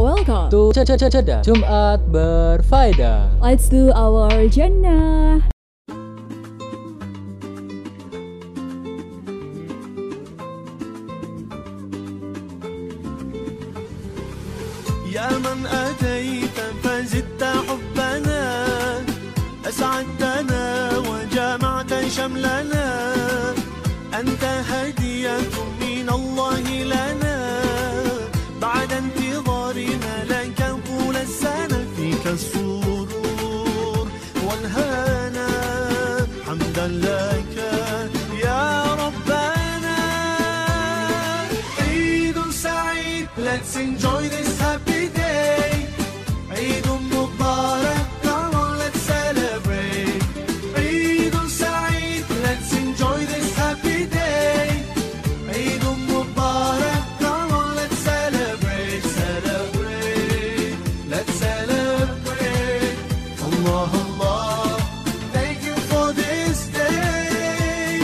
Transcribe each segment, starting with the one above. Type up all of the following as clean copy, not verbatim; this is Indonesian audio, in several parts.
welcome to Ceda Jumat Berfaedah. Let's do our Jannah. يا من أتيت فزدت حبنا أسعدتنا وجمعت شملنا أنت هدية من الله لنا بعد انتظارنا لك طول السنة فيك السرور والهنا حمدا لك يا ربنا عيد سعيد. Let's enjoy this happy day. عيد مبارك, come on let's celebrate. عيد سعيد, let's enjoy this happy day. عيد مبارك, come on let's celebrate. Celebrate, let's celebrate. Allah Allah, thank you for this day.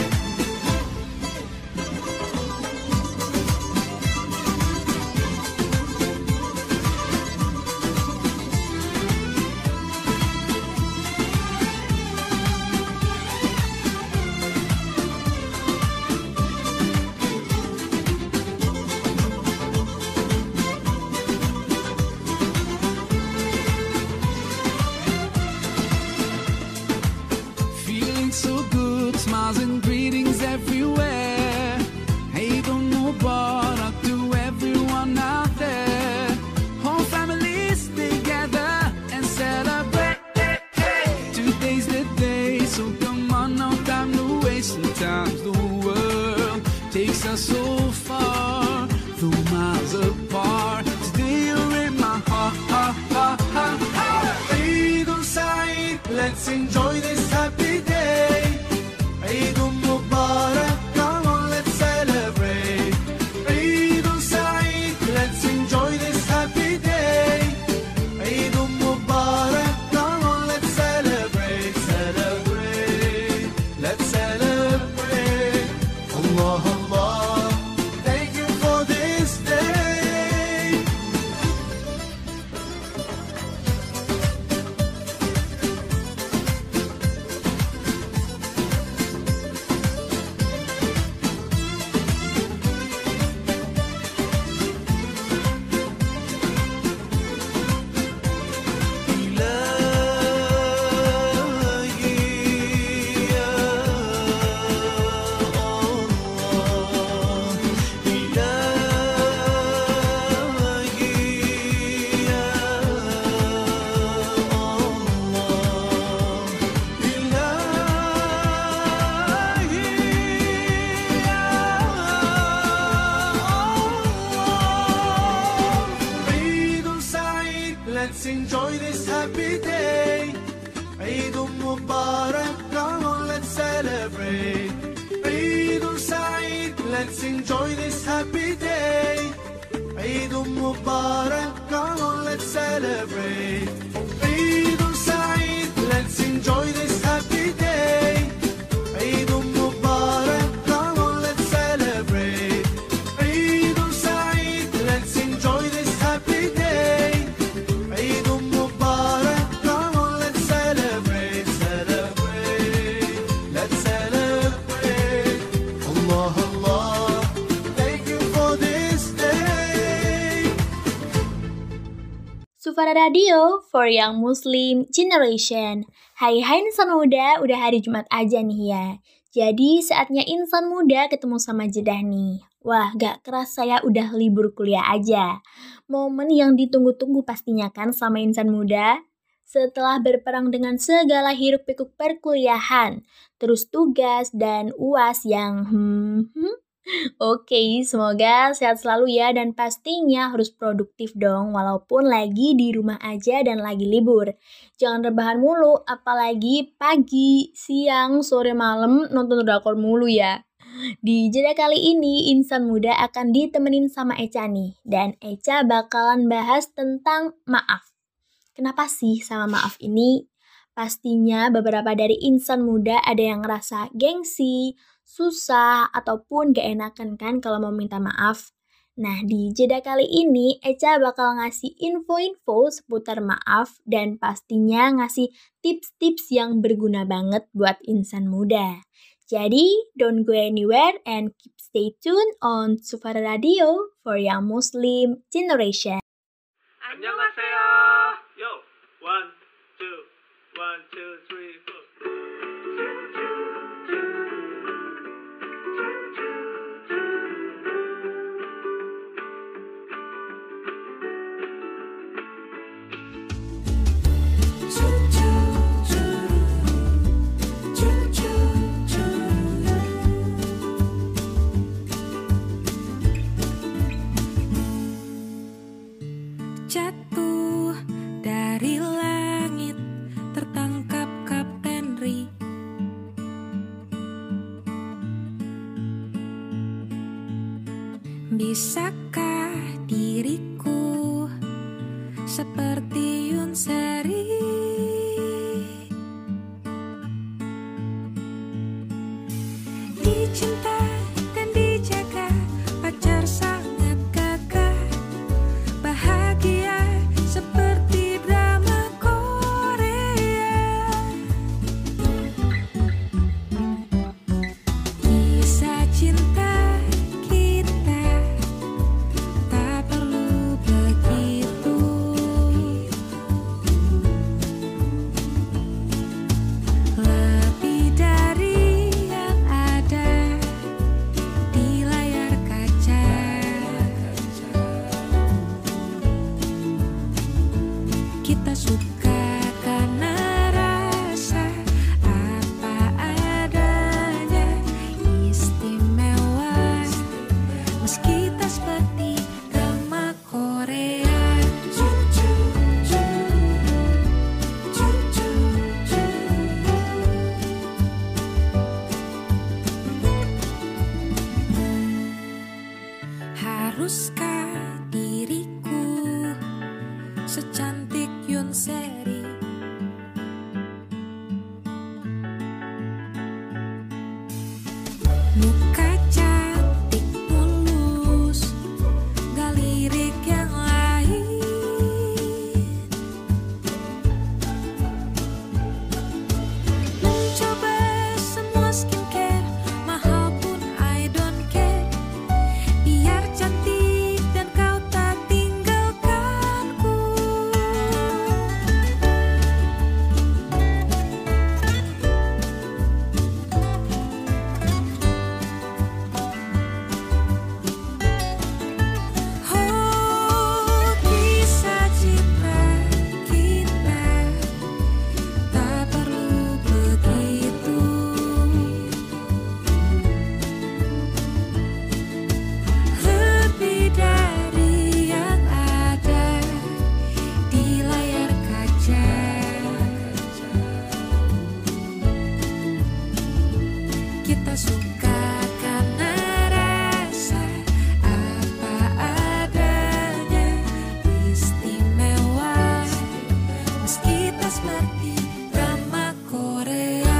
Feeling so good, smiles and greetings everywhere. Eid Mubarak to everyone out there. Whole families together and celebrate. Today's the day, so come on, no time to waste. Sometimes the world takes us so far, though miles apart. Today you're in my heart. Eid Saeed, let's enjoy this happy day. Eid Mubarak, come on let's celebrate. Eid Saeed, let's enjoy this happy day. Eid Mubarak, come on let's celebrate. Celebrate, let's celebrate. Allah Allah, thank you for this day. Let's enjoy this happy day. Eid Mubarak, come on let's celebrate. Eid Saeed, let's enjoy this happy day. Eid Mubarak, come on let's celebrate. Eid Saeed, let's enjoy this happy day. Eid Mubarak, come on let's celebrate. Eid Saeed, let's enjoy this happy day. Eid Mubarak, come on let's celebrate. Celebrate, let's celebrate. Allah Allah, thank you for this day. Sufara Radio for Young Muslim Generation. Hai insan muda, udah hari Jumat aja nih ya. Jadi saatnya insan muda ketemu sama Jedah nih. Wah, gak kerasa ya udah libur kuliah aja. Momen yang ditunggu-tunggu pastinya kan sama insan muda. Setelah berperang dengan segala hiruk pikuk perkuliahan, terus tugas dan UAS yang Oke, semoga sehat selalu ya dan pastinya harus produktif dong walaupun lagi di rumah aja dan lagi libur. Jangan rebahan mulu, apalagi pagi, siang, sore, malam nonton drakor mulu ya. Di jeda kali ini, insan muda akan ditemenin sama Eca nih. Dan Eca bakalan bahas tentang maaf. Kenapa sih sama maaf ini? Pastinya beberapa dari insan muda ada yang ngerasa gengsi, susah, ataupun gak enakan kan kalau mau minta maaf. Nah, di jeda kali ini Eca bakal ngasih info-info seputar maaf dan pastinya ngasih tips-tips yang berguna banget buat insan muda. Jadi, don't go anywhere and keep stay tuned on Sufara Radio for Young Muslim Generation. 안녕하세요. Yo, 1, 2, 1, 2, 3, 4. Jatuh dari langit, tertangkap Kapten Ri. Bisakah diriku seperti Yun Seri? Dicinta dan dijaga, pacar sangat gagah, bahagia seperti drama Korea. Kisah cinta kita tak perlu begitu. Lebih dari yang ada di layar kaca. Kita suka karena rasa apa adanya, istimewa. Meski tak seperti drama Korea. Haruskah diriku secantik Yun Seri? Muka cantik mulus, gak lirik yang lain. Mencoba semua skincare, mahal pun I don't care. Biar cantik dan kau tak tinggalkanku. Oh, kisah cinta kita tak perlu begitu. Lebih dari yang ada di layar kaca. Kita suka karena rasa apa adanya, istimewa. Meski tak seperti drama Korea.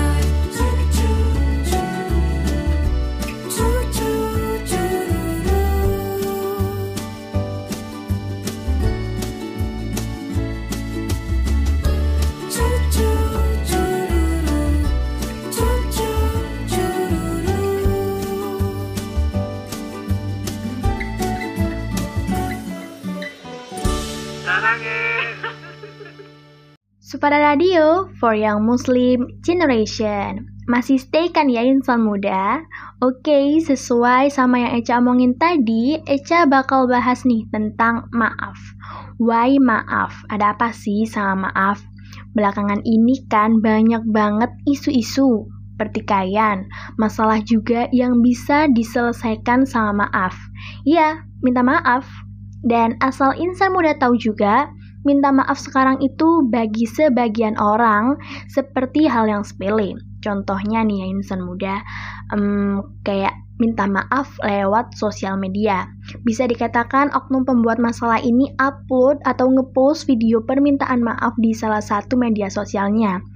Sufara Radio for Young Muslim Generation. Masih stay kan ya insan muda? Oke, sesuai sama yang Eca omongin tadi, Eca bakal bahas nih tentang maaf. Why maaf? Ada apa sih sama maaf? Belakangan ini kan banyak banget isu-isu pertikaian, masalah juga yang bisa diselesaikan sama maaf. Iya, minta maaf. Dan asal insan muda tahu juga, minta maaf sekarang itu bagi sebagian orang seperti hal yang sepele. Contohnya nih ya insan muda, kayak minta maaf lewat sosial media. Bisa dikatakan oknum pembuat masalah ini upload atau ngepost video permintaan maaf di salah satu media sosialnya.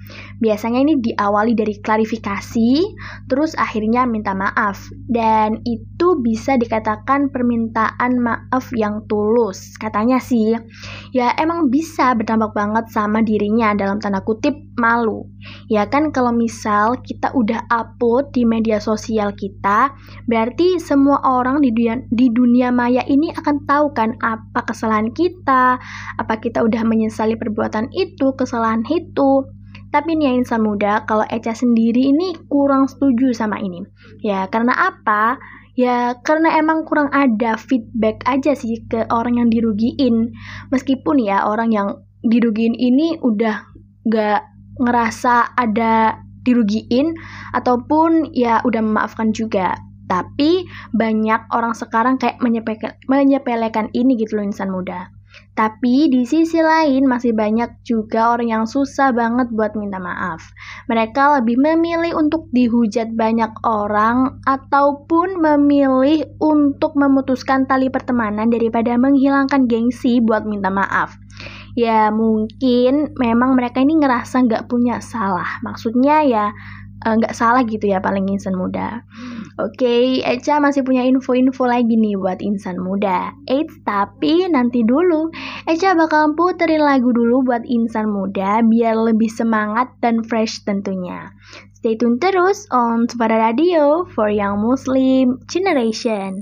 Biasanya ini diawali dari klarifikasi, terus akhirnya minta maaf. Dan itu bisa dikatakan permintaan maaf yang tulus. Katanya sih, ya emang bisa berdampak banget sama dirinya dalam tanda kutip malu. Ya kan kalau misal kita udah upload di media sosial kita, berarti semua orang di dunia maya ini akan tahu kan apa kesalahan kita, apa kita udah menyesali perbuatan itu, kesalahan itu. Tapi nih ya insan muda, kalau Echa sendiri ini kurang setuju sama ini. Ya karena apa? Ya karena emang kurang ada feedback aja sih ke orang yang dirugiin. Meskipun ya orang yang dirugiin ini udah gak ngerasa ada dirugiin ataupun ya udah memaafkan juga. Tapi banyak orang sekarang kayak menyepelekan ini gitu loh insan muda. Tapi di sisi lain masih banyak juga orang yang susah banget buat minta maaf. Mereka lebih memilih untuk dihujat banyak orang ataupun memilih untuk memutuskan tali pertemanan daripada menghilangkan gengsi buat minta maaf. Ya mungkin memang mereka ini ngerasa nggak punya salah. Maksudnya ya nggak salah gitu ya paling insan muda. Oke, Echa masih punya info-info lagi nih buat insan muda. Tapi nanti dulu, Echa bakal puterin lagu dulu buat insan muda biar lebih semangat dan fresh tentunya. Stay tune terus on Suara Radio for Young Muslim Generation.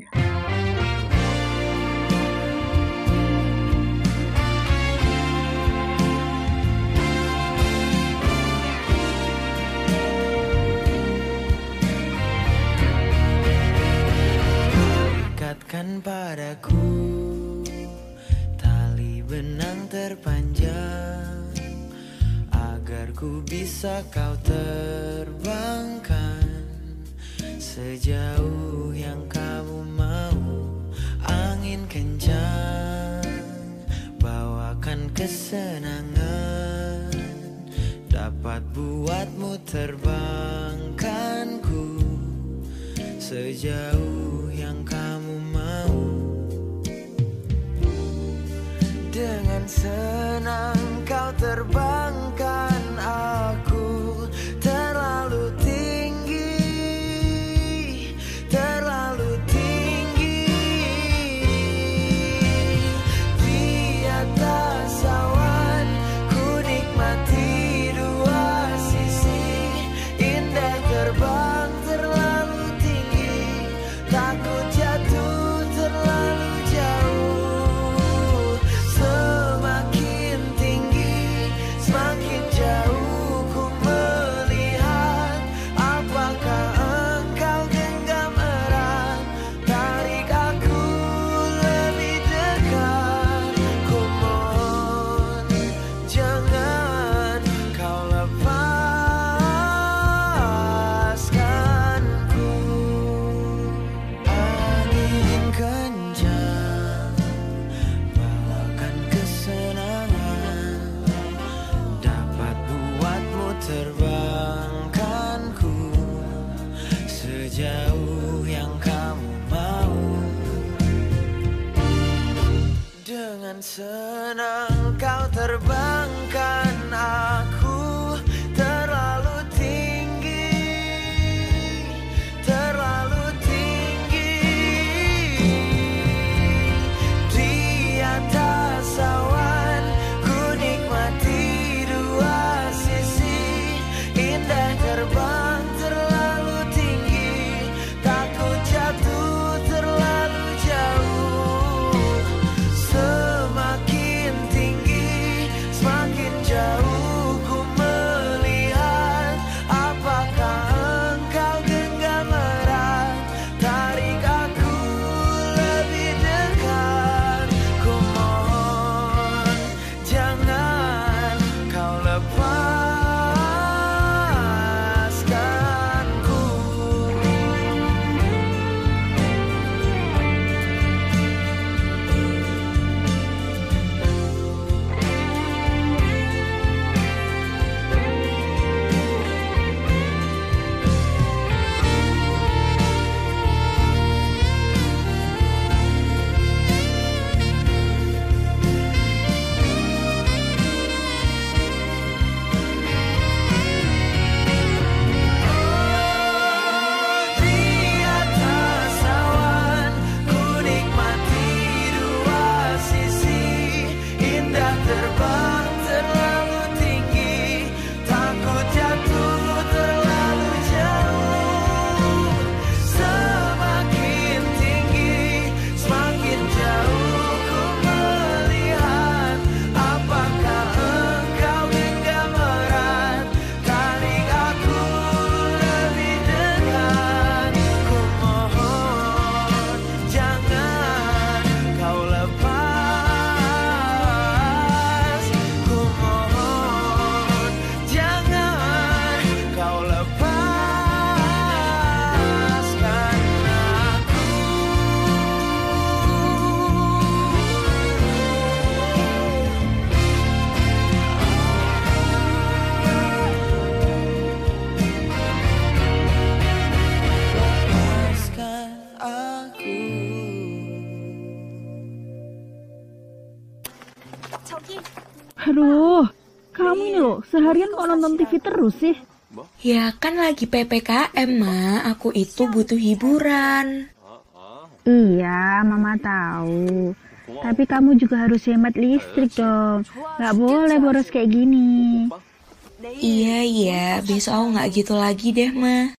Ikatkan padaku tali benang terpanjang agar ku bisa kau terbangkan sejauh yang kamu mau. Angin kencang bawakan kesenangan, dapat buatmu terbangkanku sejauh yang kamu mau. Dengan senang kau terbangkan aku terlalu tinggi, terlalu tinggi. Di atas awan ku nikmati dua sisi, indah terbang terlalu tinggi, takut jatuh terlalu jauh. Semakin tinggi, semakin jauh ku melihat. Apakah engkau genggam erat, tarik aku lebih dekat. Ku mohon jangan kau lepaskanku. Angin kencang bawakan kesenangan, dapat buatmu terbangkanku sejauh yang kamu mau. Dengan senang kau terbangkan aku terlalu tinggi, terlalu tinggi. Di atas awan ku nikmati dua sisi, indah terbang terlalu tinggi, takut jatuh terlalu jauh. Semakin tinggi, semakin jauh ku Aduh, kamu ini loh, seharian kok nonton TV terus sih? Ya kan lagi PPKM, Ma. Aku itu butuh hiburan. Iya, Mama tahu. Tapi kamu juga harus hemat listrik dong. Gak boleh boros kayak gini. Iya, besok aku nggak gitu lagi deh, Ma.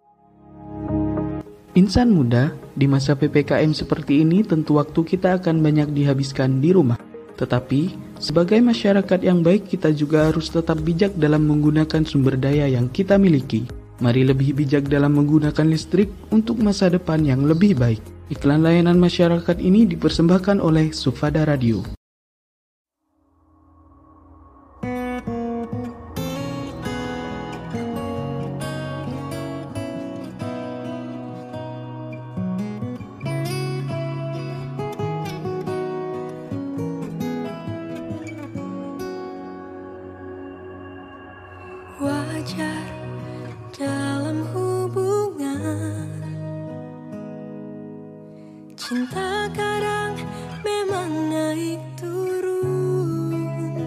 Insan muda, di masa PPKM seperti ini tentu waktu kita akan banyak dihabiskan di rumah. Tetapi, sebagai masyarakat yang baik kita juga harus tetap bijak dalam menggunakan sumber daya yang kita miliki. Mari lebih bijak dalam menggunakan listrik untuk masa depan yang lebih baik. Iklan layanan masyarakat ini dipersembahkan oleh Sufada Radio. Wajar dalam hubungan, cinta kadang memang naik turun.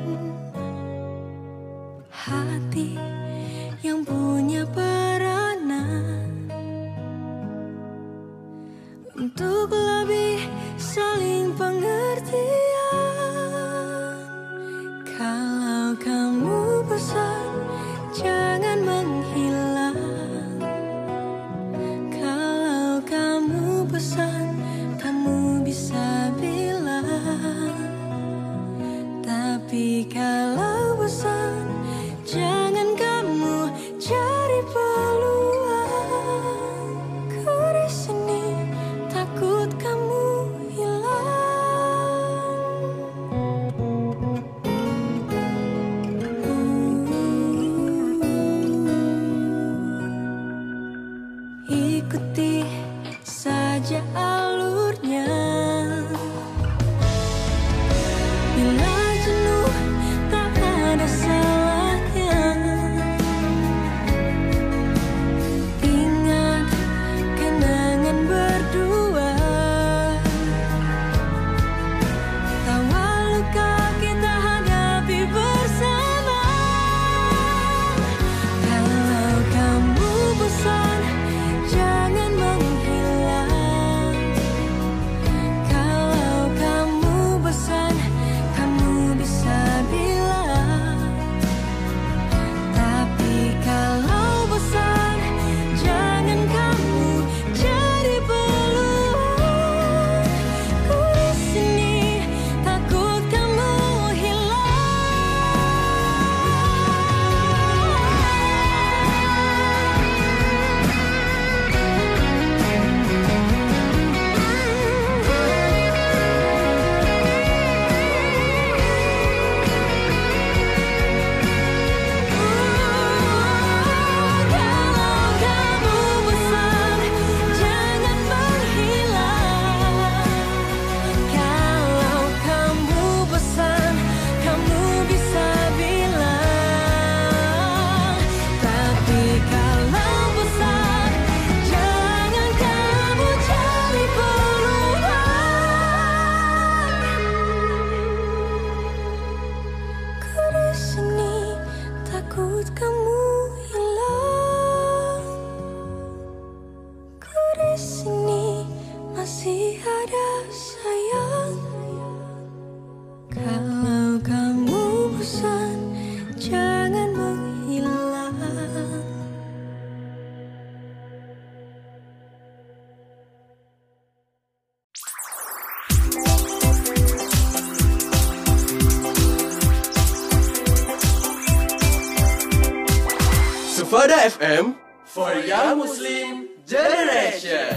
Hati yang punya peranan untuk lebih saling pengertian. Kalau kamu bosan, jangan menghilang. Kalau kamu bosan, kamu bisa bilang. Tapi kalau bosan, jangan kamu cari peluang. Ku di sini takut kamu ikuti saja alurnya. Bila jenuh tak ada salahnya. Ingat kenangan berdua, tawa luka kita hadapi bersama. Kalau kamu bosan, jangan menghilang. Kalau kamu bosan, kamu bisa bilang. Tapi kalau bosan, jangan kamu cari peluang. Ku di sini takut kamu hilang. Ku di sini masih ada sayang. Kalau kamu bosan, jangan menghilang. Sufada FM for Young Muslim Generation.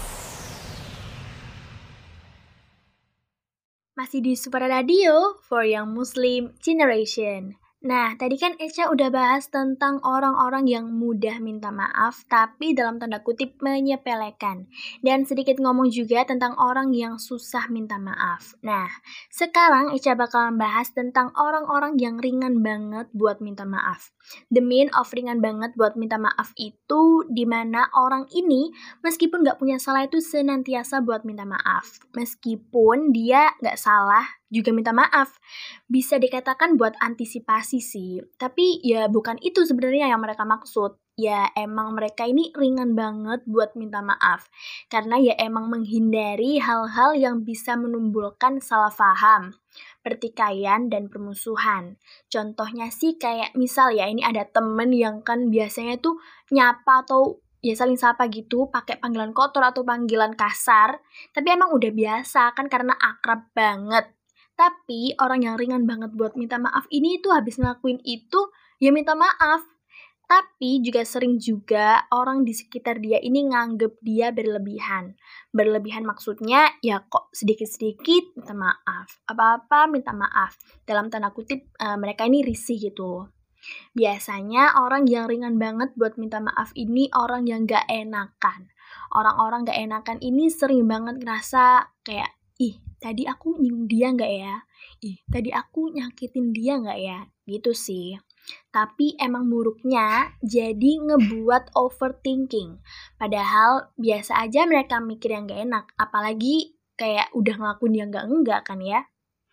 Masih di Super Radio for Young Muslim Generation. Nah, tadi kan Echa udah bahas tentang orang-orang yang mudah minta maaf, tapi dalam tanda kutip menyepelekan. Dan sedikit ngomong juga tentang orang yang susah minta maaf. Nah, sekarang Echa bakalan bahas tentang orang-orang yang ringan banget buat minta maaf. The mean of ringan banget buat minta maaf itu dimana orang ini meskipun gak punya salah itu senantiasa buat minta maaf. Meskipun dia gak salah, juga minta maaf. Bisa dikatakan buat antisipasi sih, tapi ya bukan itu sebenarnya yang mereka maksud. Ya emang mereka ini ringan banget buat minta maaf, karena ya emang menghindari hal-hal yang bisa menimbulkan salah paham, pertikaian, dan permusuhan. Contohnya sih kayak misal ya, ini ada temen yang kan biasanya tuh nyapa atau ya saling sapa gitu pakai panggilan kotor atau panggilan kasar, tapi emang udah biasa kan karena akrab banget. Tapi orang yang ringan banget buat minta maaf ini tuh habis ngelakuin itu ya minta maaf. Tapi juga sering juga orang di sekitar dia ini nganggep dia berlebihan. Berlebihan maksudnya ya kok sedikit-sedikit minta maaf, apa-apa minta maaf. Dalam tanda kutip mereka ini risih gitu. Biasanya orang yang ringan banget buat minta maaf ini orang yang gak enakan. Orang-orang gak enakan ini sering banget ngerasa kayak, ih tadi aku nyinggung dia gak ya? Ih tadi aku nyakitin dia gak ya? Gitu sih. Tapi emang buruknya jadi ngebuat overthinking. Padahal biasa aja mereka mikir yang gak enak. Apalagi kayak udah ngelakuin yang gak enggak kan ya?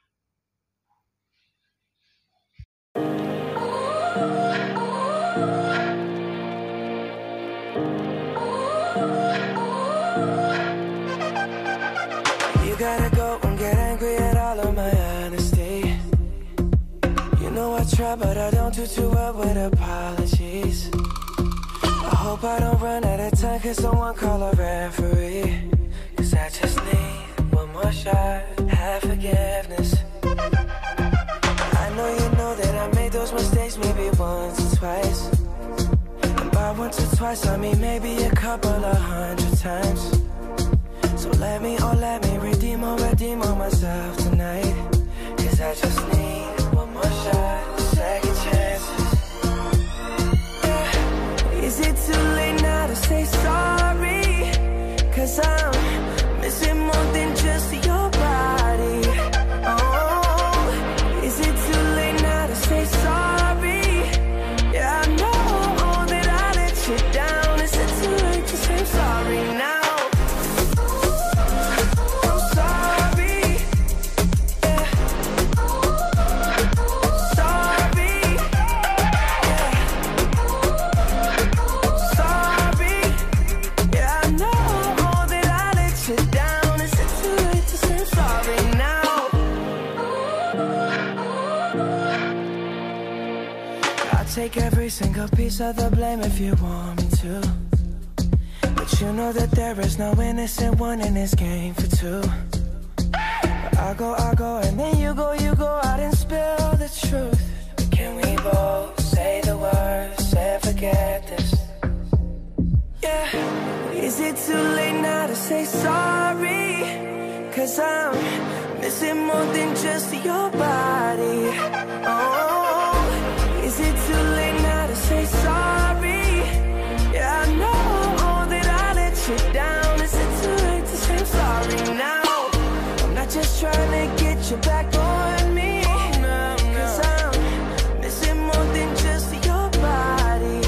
Gotta go and get angry at all of my honesty. You know I try but I don't do too well with apologies. I hope I don't run out of time, cause someone call a referee. Cause I just need one more shot, have forgiveness. I know that I made those mistakes maybe once or twice. And by once or twice I mean maybe a couple of 100 times. So let me redeem on myself tonight. Cause I just need one more shot, second chances. Yeah. Is it too late now to say sorry? Cause I'm missing more than just your body. Oh, is it too late now to say sorry? Yeah, I know that I let you down. Is it too late to say sorry now? Take every single piece of the blame if you want me to. But you know that there is no innocent one in this game for two. But I go, and then you go out and spill the truth. But can we both say the words and forget this? Yeah. Is it too late now to say sorry? Cause I'm missing more than just your body. Oh, is it too late now to say sorry? Yeah, I know that I let you down. Is it too late to say sorry now? I'm not just trying to get you back on me. Cause I'm missing more than just your body.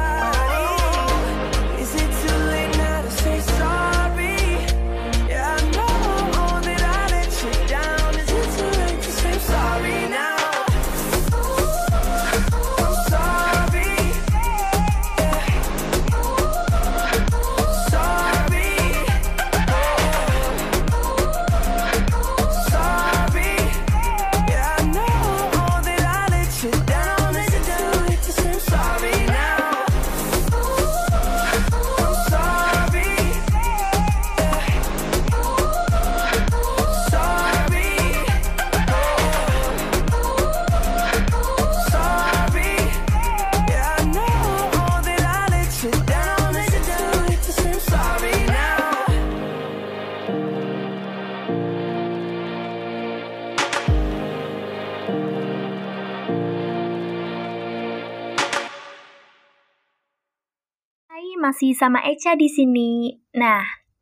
Oh, is it too late now to say sorry? Yeah, I know that I let you down. Is it too late to say sorry now? Masih sama Echa di sini. Nah,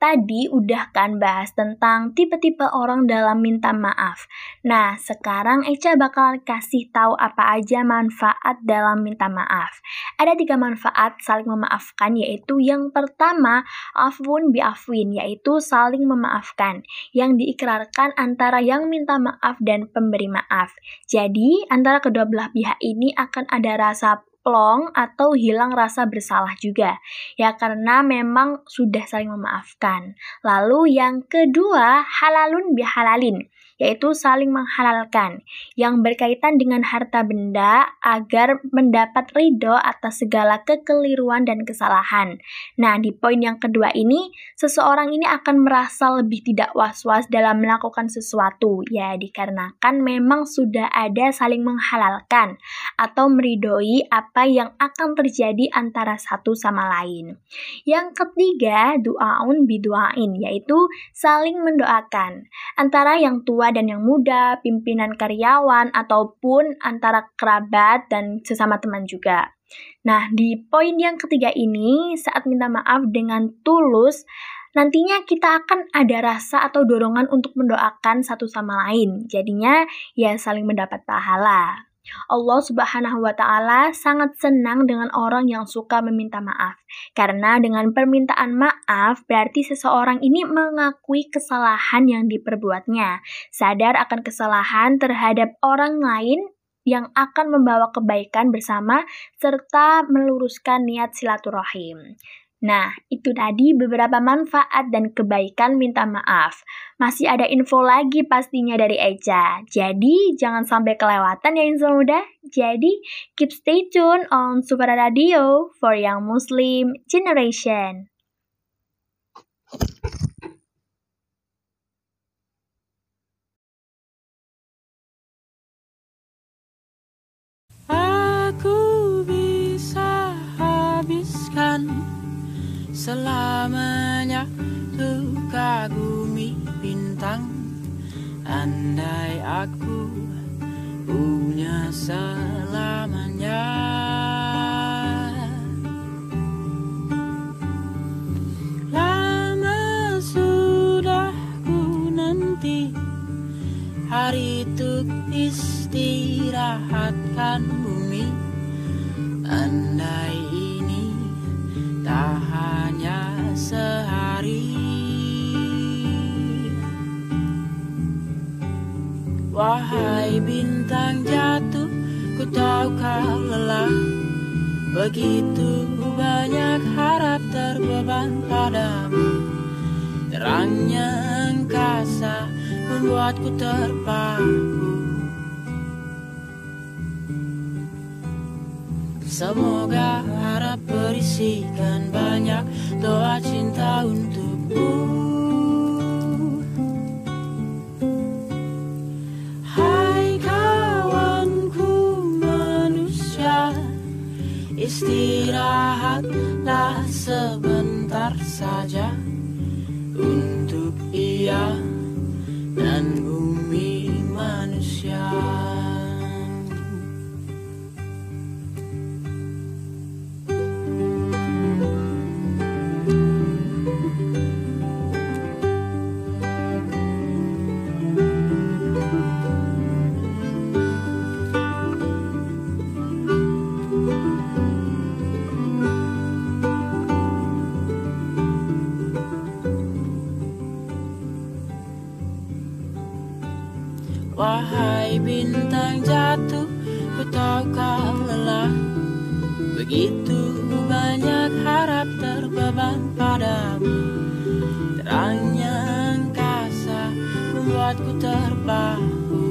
Tadi udah kan bahas tentang tipe-tipe orang dalam minta maaf. Nah, sekarang Eca bakal kasih tahu apa aja manfaat dalam minta maaf. Ada 3 manfaat saling memaafkan, yaitu yang pertama, afwun bi'afwin, yaitu saling memaafkan, yang diikrarkan antara yang minta maaf dan pemberi maaf. Jadi, antara kedua belah pihak ini akan ada rasa plong atau hilang rasa bersalah juga, ya karena memang sudah saling memaafkan. Lalu yang kedua, halalun bihalalin, yaitu saling menghalalkan, yang berkaitan dengan harta benda agar mendapat ridho atas segala kekeliruan dan kesalahan. Nah, di poin yang kedua ini, seseorang ini akan merasa lebih tidak was-was dalam melakukan sesuatu, ya dikarenakan memang sudah ada saling menghalalkan atau meridhoi apa yang akan terjadi antara satu sama lain. Yang ketiga, du'aun bidu'ain, yaitu saling mendoakan antara yang tua dan yang muda, pimpinan karyawan, ataupun antara kerabat dan sesama teman juga. Nah, di poin yang ketiga ini, saat minta maaf dengan tulus, nantinya kita akan ada rasa atau dorongan untuk mendoakan satu sama lain. Jadinya, ya saling mendapat pahala. Allah Subhanahu wa Ta'ala sangat senang dengan orang yang suka meminta maaf, karena dengan permintaan maaf berarti seseorang ini mengakui kesalahan yang diperbuatnya, sadar akan kesalahan terhadap orang lain yang akan membawa kebaikan bersama serta meluruskan niat silaturahim. Nah, itu tadi beberapa manfaat dan kebaikan minta maaf. Masih ada info lagi pastinya dari Eca. Jadi, jangan sampai kelewatan ya insan muda. Jadi, keep stay tune on Sufada Radio for Young Muslim Generation. Aku bisa habiskan selamanya tuh kagumi bintang, andai aku punya selamanya. Lama sudah ku nanti hari itu istirahatkan bumi, andai ini tak hanya sehari. Wahai bintang jatuh, ku tahu kau lelah, begitu banyak harap terbeban padamu. Terangnya angkasa membuatku terpaku. Semoga harap berisikan banyak doa cinta untukmu. Hai kawanku manusia, istirahatlah sebentar saja untuk ia dan bumi manusia. Wahai bintang jatuh, ku tahu kau lelah, begitu banyak harap terbeban padamu. Terangnya angkasa membuatku terpaku.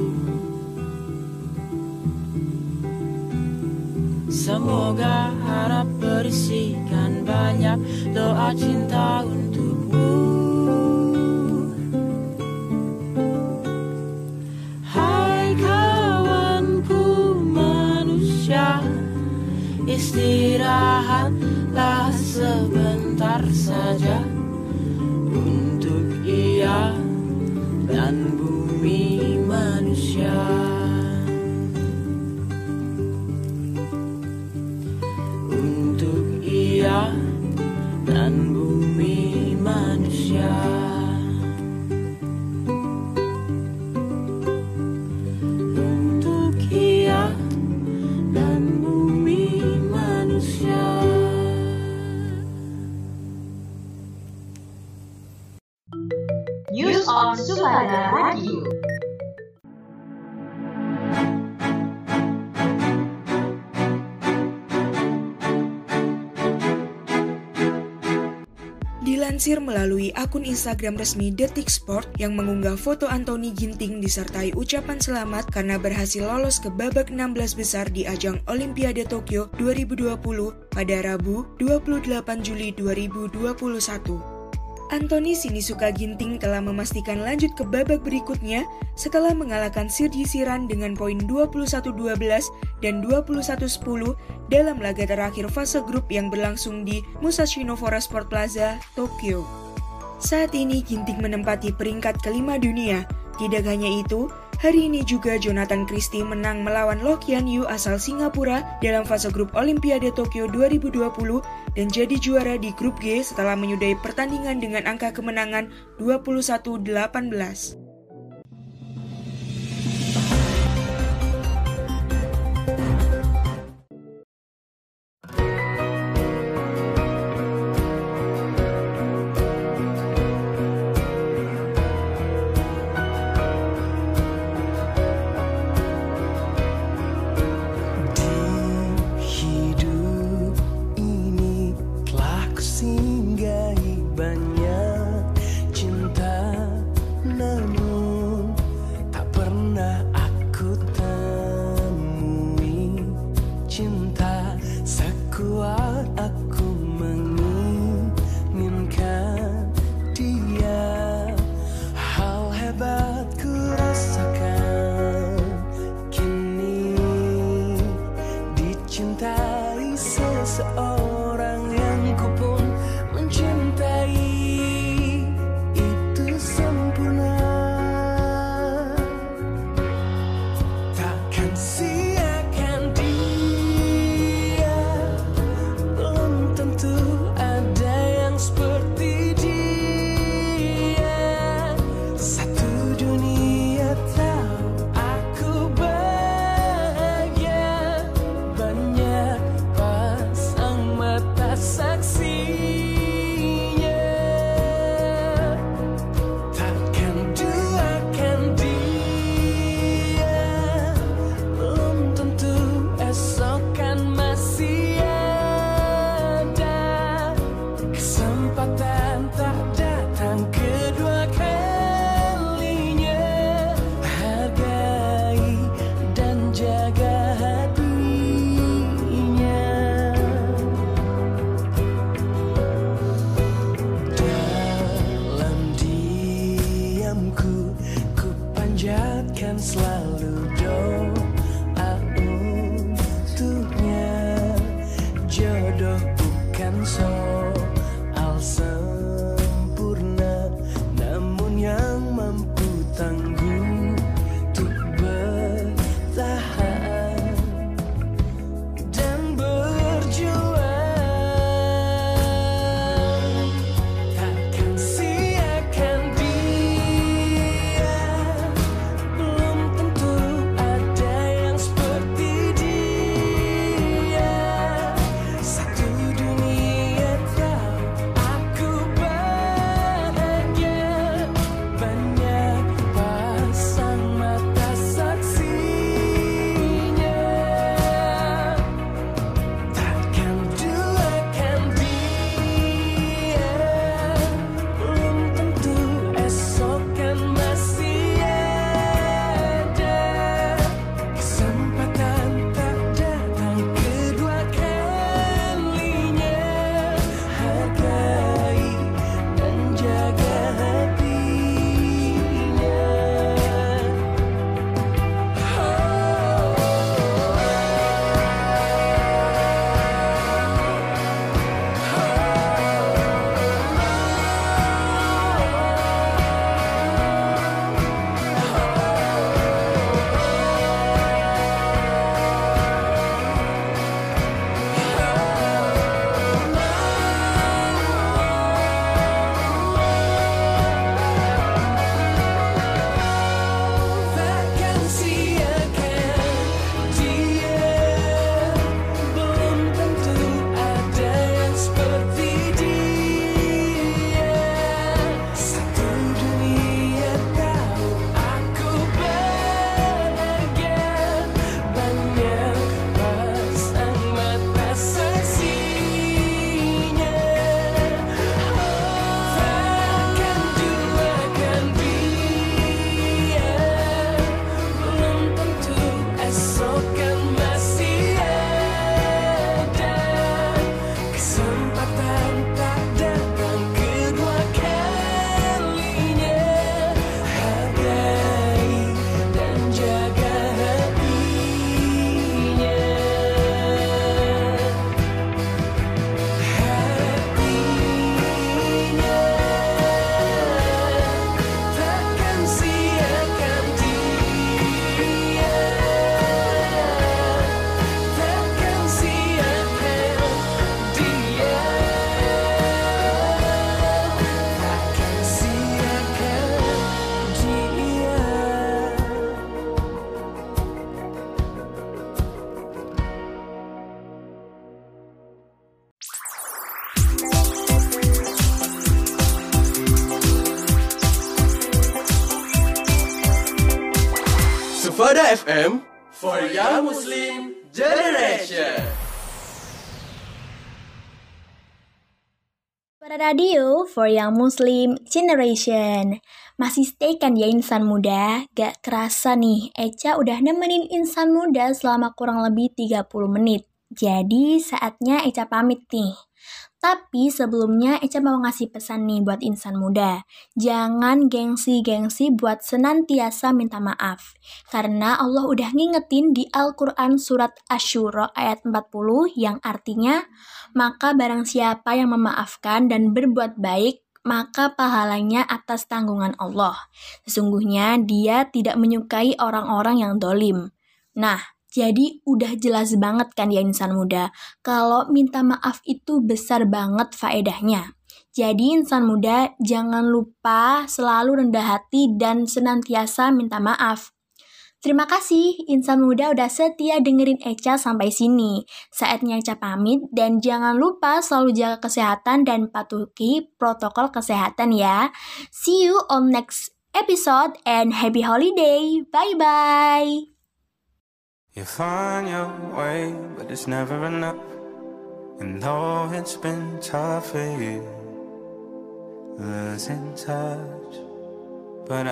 Semoga harap berisikan banyak doa cinta untukmu. Istirahatlah sebentar saja untuk ia dan bumi manusia. Untuk ia dan bumi manusia. Dilansir melalui akun Instagram resmi Detik Sport yang mengunggah foto Anthony Ginting disertai ucapan selamat karena berhasil lolos ke babak 16 besar di ajang Olimpiade Tokyo 2020 pada Rabu 28 Juli 2021. Anthony Sinisuka Ginting telah memastikan lanjut ke babak berikutnya setelah mengalahkan Sergi Siran dengan poin 21-12 dan 21-10 dalam laga terakhir fase grup yang berlangsung di Musashi Novara Sport Plaza, Tokyo. Saat ini Ginting menempati peringkat kelima dunia. Tidak hanya itu, hari ini juga Jonathan Christie menang melawan Loh Kian Yu asal Singapura dalam fase grup Olimpiade Tokyo 2020 dan jadi juara di grup G setelah menyudahi pertandingan dengan angka kemenangan 21-18. Singgahi banyak cinta, namun Sufada FM for Young Muslim Generation. Para radio for Young Muslim Generation. Masih stay kan ya insan muda? Gak kerasa nih, Echa udah nemenin insan muda selama kurang lebih 30 menit. Jadi saatnya Echa pamit nih. Tapi sebelumnya Echa mau ngasih pesan nih buat insan muda. Jangan gengsi-gengsi buat senantiasa minta maaf. Karena Allah udah ngingetin di Al-Quran surat Asy-Syura ayat 40 yang artinya, maka barang siapa yang memaafkan dan berbuat baik, maka pahalanya atas tanggungan Allah. Sesungguhnya dia tidak menyukai orang-orang yang dolim. Nah, jadi udah jelas banget kan ya insan muda, kalau minta maaf itu besar banget faedahnya. Jadi insan muda jangan lupa selalu rendah hati dan senantiasa minta maaf. Terima kasih insan muda udah setia dengerin Echa sampai sini. Saatnya Echa pamit dan jangan lupa selalu jaga kesehatan dan patuhi protokol kesehatan ya. See you on next episode and happy holiday. Bye-bye. You find your way, but it's never enough. And though it's been tough for you, losing touch, but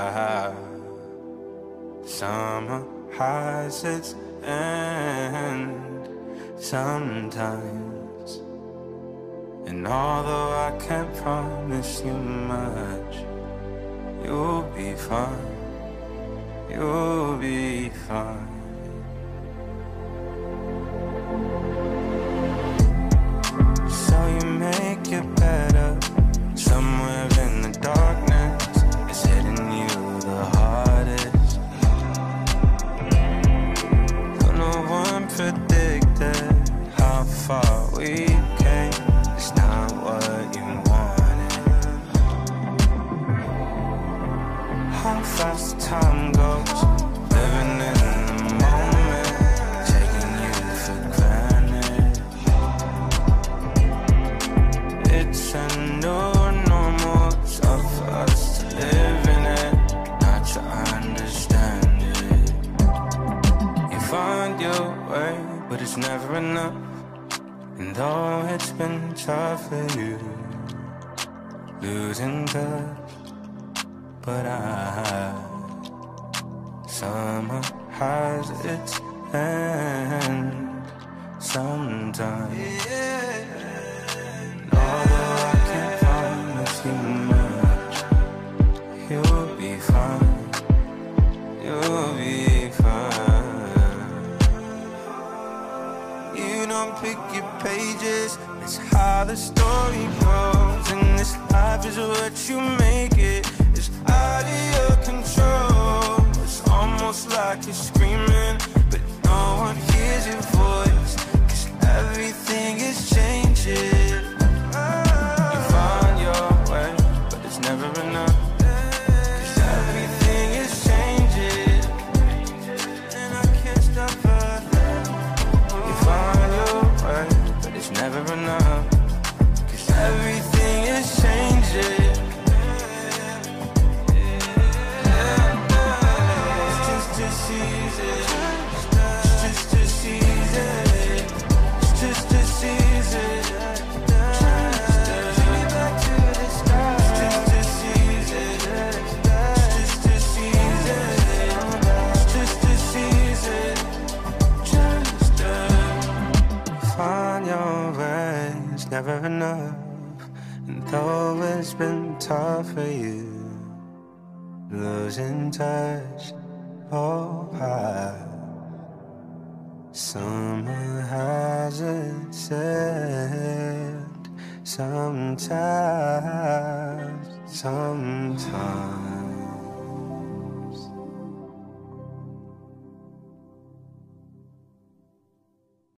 summer has its end sometimes. And although I can't promise you much, you'll be fine, you'll be fine. So you make it better. Somewhere in the darkness is hitting you the hardest. But no one predicted how far we came. It's not what you wanted. How fast time goes, living in the moment, taking you for granted. It's a new normal, it's up for us to live in it, not to understand it. You find your way, but it's never enough. And though it's been tough for you, losing touch, but summer has its end sometimes. Although I can't promise you much, you'll be fine, you'll be fine. You don't pick your pages, it's how the story goes. And this life is what you make it, it's out of your control. It's almost like you're screaming, but no one hears your voice, 'cause everything is changing. Never enough, 'cause everything is changing, and I can't stop her. You find your way, but it's never enough, 'cause everything is changing. It's just a season, it's just a season, it's just a season. Never enough, and though it's been tough for you, losing touch, oh summer has its end sometimes.